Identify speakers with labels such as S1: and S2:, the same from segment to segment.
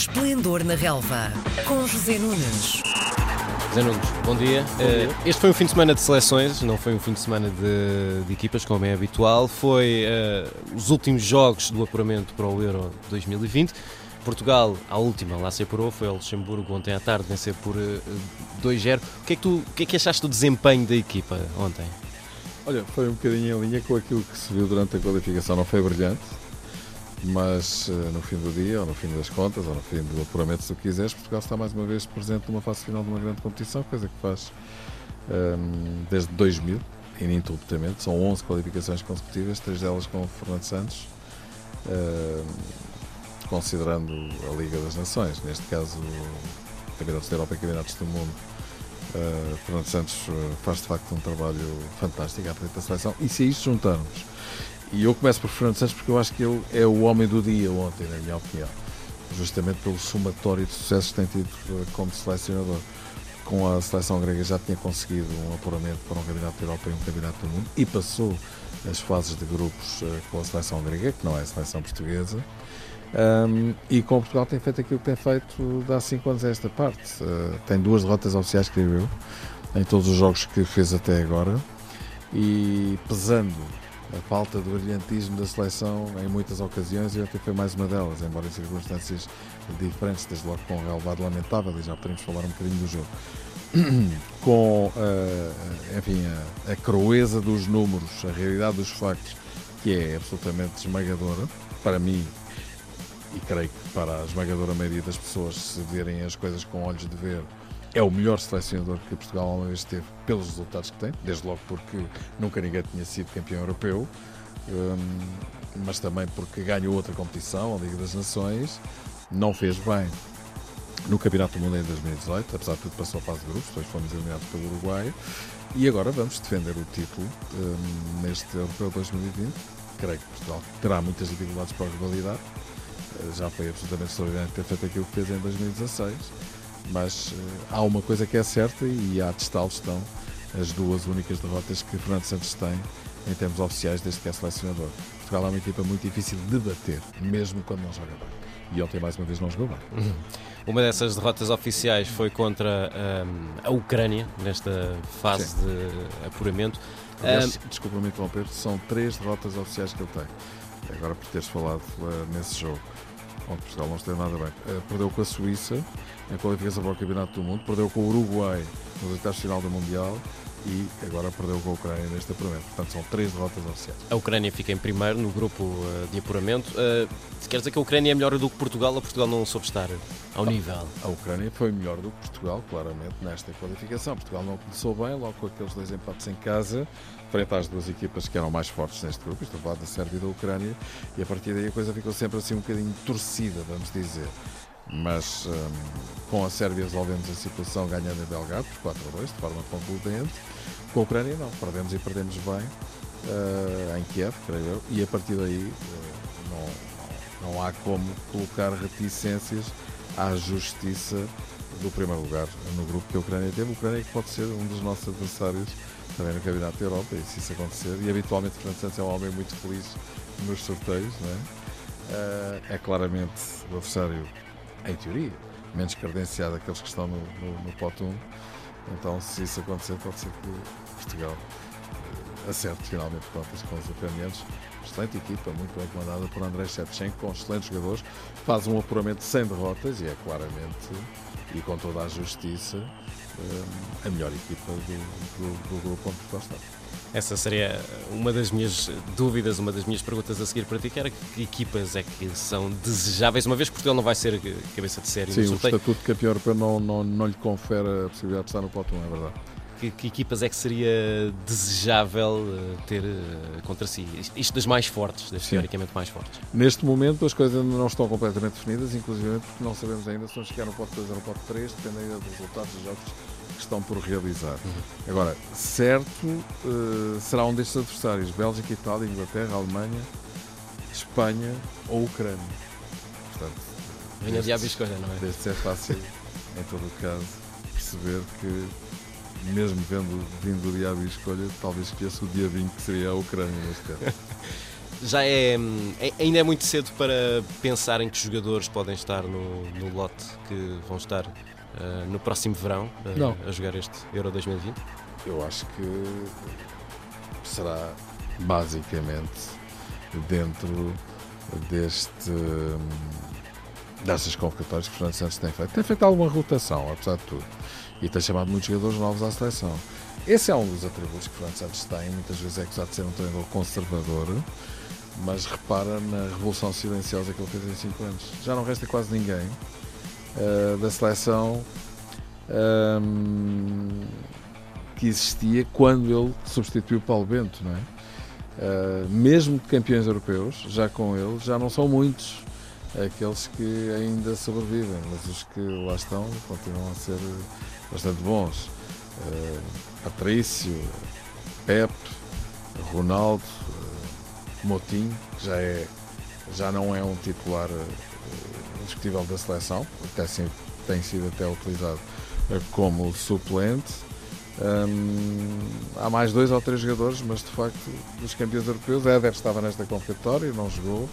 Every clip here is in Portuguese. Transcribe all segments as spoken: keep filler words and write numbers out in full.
S1: Esplendor na Relva, com José Nunes.
S2: José Nunes, bom dia.
S3: Bom dia.
S2: Uh, este foi um fim de semana de seleções, não foi um fim de semana de, de equipas, como é habitual. Foi uh, os últimos jogos do apuramento para o Euro dois mil e vinte. Portugal, à última, lá se apurou, foi ao Luxemburgo ontem à tarde, vencer por uh, dois a zero. O que, é que tu, o que é que achaste do desempenho da equipa ontem?
S3: Olha, foi um bocadinho em linha com aquilo que se viu durante a qualificação. Não foi brilhante, mas uh, no fim do dia, ou no fim das contas, ou no fim do apuramento, se tu quiseres, Portugal está mais uma vez presente numa fase final de uma grande competição, coisa que faz um, desde dois mil, ininterruptamente. São onze qualificações consecutivas, três delas com o Fernando Santos, uh, considerando a Liga das Nações, neste caso Campeonatos da Europa e Campeonatos do Mundo. Uh, Fernando Santos uh, faz de facto um trabalho fantástico à frente da seleção, e se a isto juntarmos, e eu começo por Fernando Santos porque eu acho que ele é o homem do dia ontem, na minha opinião, justamente pelo somatório de sucessos que tem tido uh, como selecionador. Com a seleção grega já tinha conseguido um apuramento para um Campeonato da Europa e um Campeonato do Mundo, e passou as fases de grupos uh, com a seleção grega, que não é a seleção portuguesa. Um, e com Portugal tem feito aquilo que tem feito de há cinco anos a esta parte. Uh, tem duas derrotas oficiais, creio eu, em todos os jogos que fez até agora, e pesando a falta de brilhantismo da seleção em muitas ocasiões, e ontem foi mais uma delas, embora em circunstâncias diferentes, desde logo com um relevado lamentável, e já podemos falar um bocadinho do jogo. Com uh, enfim, a, a crueza dos números, a realidade dos factos, que é absolutamente esmagadora, para mim, e creio que para a esmagadora maioria das pessoas, se verem as coisas com olhos de ver, é o melhor selecionador que Portugal alguma vez teve, pelos resultados que tem, desde logo porque nunca ninguém tinha sido campeão europeu, um, mas também porque ganhou outra competição, a Liga das Nações, não fez bem no Campeonato do Mundo em dois mil e dezoito, apesar de tudo passou a fase de grupos, depois fomos eliminados pelo Uruguai, e agora vamos defender o título um, neste Europeu dois mil e vinte. Creio que Portugal terá muitas dificuldades para a rivalidade. Já foi absolutamente extraordinário ter feito aquilo que fez em dois mil e dezasseis, mas uh, há uma coisa que é certa, e à testá-lo estão as duas únicas derrotas que Fernando Santos tem em termos oficiais desde que é selecionador. Portugal é uma equipa muito difícil de bater, mesmo quando não joga bem, e ontem mais uma vez não jogou bem.
S2: Uhum. Uma dessas derrotas oficiais foi contra um, a Ucrânia, nesta fase Sim. de apuramento.
S3: Aliás, um... Desculpa-me interromper, são três derrotas oficiais que ele tem, agora por teres falado uh, nesse jogo, onde Portugal não esteve nada bem. Uh, perdeu com a Suíça em qualificação para o Campeonato do Mundo, perdeu com o Uruguai nos oitavos de final do Mundial, e agora perdeu com a Ucrânia neste apuramento. Portanto, são três derrotas oficiais.
S2: A Ucrânia fica em primeiro no grupo uh, de apuramento. Uh, quer dizer que a Ucrânia é melhor do que Portugal, ou Portugal não soube estar ao nível?
S3: A Ucrânia foi melhor do que Portugal, claramente, nesta qualificação. Portugal não começou bem, logo com aqueles dois empates em casa, frente às duas equipas que eram mais fortes neste grupo. Estou a falar da Sérvia e da Ucrânia, e a partir daí a coisa ficou sempre assim um bocadinho torcida, vamos dizer. Mas um, com a Sérvia resolvemos a situação ganhando em Belgrado por quatro a dois, de forma concludente. Com a Ucrânia não, perdemos e perdemos bem uh, em Kiev, creio eu, e a partir daí uh, não, não, não há como colocar reticências à justiça do primeiro lugar no grupo que a Ucrânia teve. A Ucrânia que pode ser um dos nossos adversários também no Campeonato da Europa, e se isso acontecer, e habitualmente o Fernando Santos é um homem muito feliz nos sorteios, não é? Uh, é claramente o adversário, em teoria, menos credenciado daqueles que estão no, no, no pote um. Então, se isso acontecer, pode ser que Portugal uh, acerte finalmente contas com os ucranianos. Excelente equipa, muito bem comandada por Andrei Shevchenko, com excelentes jogadores, faz um apuramento sem derrotas, e é claramente, e com toda a justiça, uh, a melhor equipa do, do, do grupo onde Portugal está.
S2: Essa seria uma das minhas dúvidas, uma das minhas perguntas a seguir para ti, que era que equipas é que são desejáveis, uma vez que Portugal não vai ser cabeça de série
S3: Sim,
S2: no sorteio.
S3: O estatuto de campeão europeu não, não, não lhe confere a possibilidade de estar no pote um, é verdade.
S2: Que, que equipas é que seria desejável ter contra si? Isto das mais fortes, das Sim. teoricamente mais fortes.
S3: Neste momento as coisas ainda não estão completamente definidas, inclusive porque não sabemos ainda se vão chegar no pote dois ou no pote três, dependem ainda dos resultados dos jogos que estão por realizar. Uhum. Agora, certo, uh, será um destes adversários: Bélgica, Itália, Inglaterra, Alemanha, Espanha ou Ucrânia. Portanto,
S2: venha diabo e escolha, não é?
S3: Desde é fácil, em todo o caso, perceber que, mesmo vendo vindo o diabo e escolha, talvez esqueça o diabinho que seria a Ucrânia neste caso.
S2: já é, é, ainda é muito cedo para pensar em que jogadores podem estar no, no lote que vão estar uh, no próximo verão uh, a jogar este Euro dois mil e vinte?
S3: Eu acho que será basicamente dentro deste, destas convocatórias que o Fernando Santos tem feito. Tem feito alguma rotação, apesar de tudo, e tem chamado muitos jogadores novos à seleção. Esse é um dos atributos que o Fernando Santos tem. Muitas vezes é acusado de ser um treinador conservador, mas repara na revolução silenciosa que ele fez em cinco anos. Já não resta quase ninguém uh, da seleção um, que existia quando ele substituiu o Paulo Bento, não é? Uh, mesmo de campeões europeus, já com ele, já não são muitos aqueles que ainda sobrevivem, mas os que lá estão continuam a ser bastante bons. Uh, Patrício, Pepe, Ronaldo, uh, Moutinho, que já, é, já não é um titular uh, indiscutível da seleção, até sim, tem sido até utilizado uh, como suplente. Um, há mais dois ou três jogadores, mas de facto dos campeões europeus, Éder estava nesta convocatória, não jogou,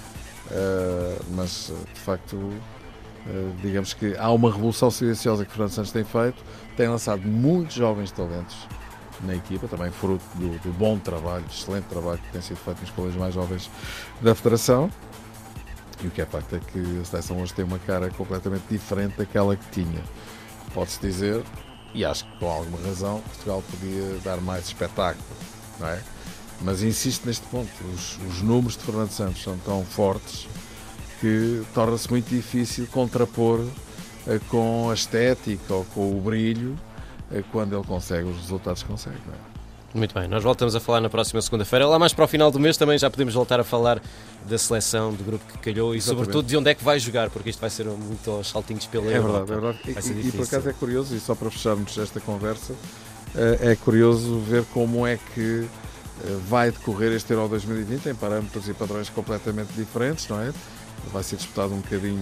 S3: uh, mas de facto uh, digamos que há uma revolução silenciosa que o Fernando Santos tem feito, tem lançado muitos jovens talentos na equipa, também fruto do, do bom trabalho, excelente trabalho que tem sido feito nos colégios mais jovens da Federação. E o que é facto é que a seleção hoje tem uma cara completamente diferente daquela que tinha. Pode-se dizer, e acho que com alguma razão, Portugal podia dar mais espetáculo, não é? Mas insisto neste ponto, os, os números de Fernando Santos são tão fortes que torna-se muito difícil contrapor uh, com a estética ou com o brilho uh, quando ele consegue os resultados que consegue, não é?
S2: Muito bem, nós voltamos a falar na próxima segunda-feira. Lá mais para o final do mês também já podemos voltar a falar da seleção, do grupo que calhou e Exatamente. Sobretudo de onde é que vai jogar, porque isto vai ser muito aos saltinhos pela
S3: É
S2: Europa.
S3: verdade, é verdade. E, e por acaso é curioso, e só para fecharmos esta conversa, é curioso ver como é que vai decorrer este Euro dois mil e vinte em parâmetros e padrões completamente diferentes, não é? Vai ser disputado um bocadinho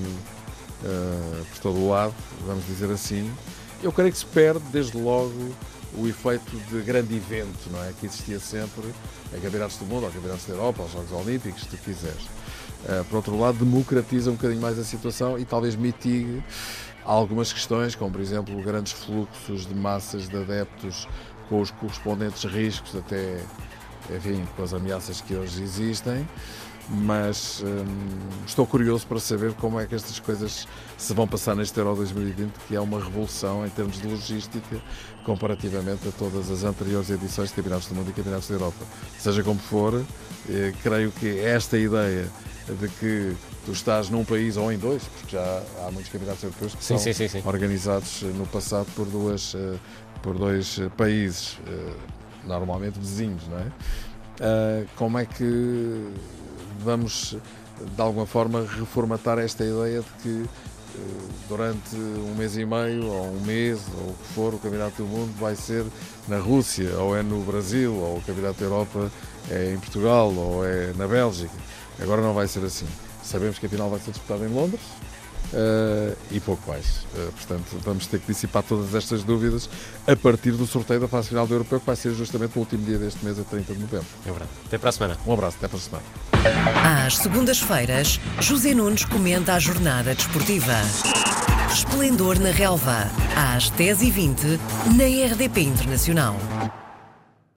S3: uh, por todo o lado, vamos dizer assim. Eu creio que se perde desde logo o efeito de grande evento, não é? Que existia sempre em campeonatos do mundo, ou campeonatos da Europa, aos Jogos Olímpicos, se tu quiseres. Uh, por outro lado, democratiza um bocadinho mais a situação e talvez mitigue algumas questões, como por exemplo grandes fluxos de massas de adeptos com os correspondentes riscos, até, enfim, com as ameaças que hoje existem. Mas hum, estou curioso para saber como é que estas coisas se vão passar neste Euro dois mil e vinte, que é uma revolução em termos de logística comparativamente a todas as anteriores edições de Campeonatos do Mundo e Campeonatos da Europa. Seja como for, eh, creio que esta ideia de que tu estás num país ou em dois, porque já há muitos campeonatos europeus que
S2: sim,
S3: são
S2: sim, sim, sim.
S3: organizados no passado por, duas, por dois países, normalmente vizinhos, não é? Como é que vamos, de alguma forma, reformatar esta ideia de que durante um mês e meio, ou um mês, ou o que for, o Campeonato do Mundo vai ser na Rússia, ou é no Brasil, ou o Campeonato da Europa é em Portugal, ou é na Bélgica. Agora não vai ser assim. Sabemos que a final vai ser disputada em Londres uh, e pouco mais. Uh, portanto, vamos ter que dissipar todas estas dúvidas a partir do sorteio da fase final do Europeu, que vai ser justamente no último dia deste mês, a trinta de novembro.
S2: É verdade. Até para a semana.
S3: Um abraço, até para a semana.
S1: Às segundas-feiras, José Nunes comenta a jornada desportiva. Esplendor na Relva, às dez e vinte, na R D P Internacional.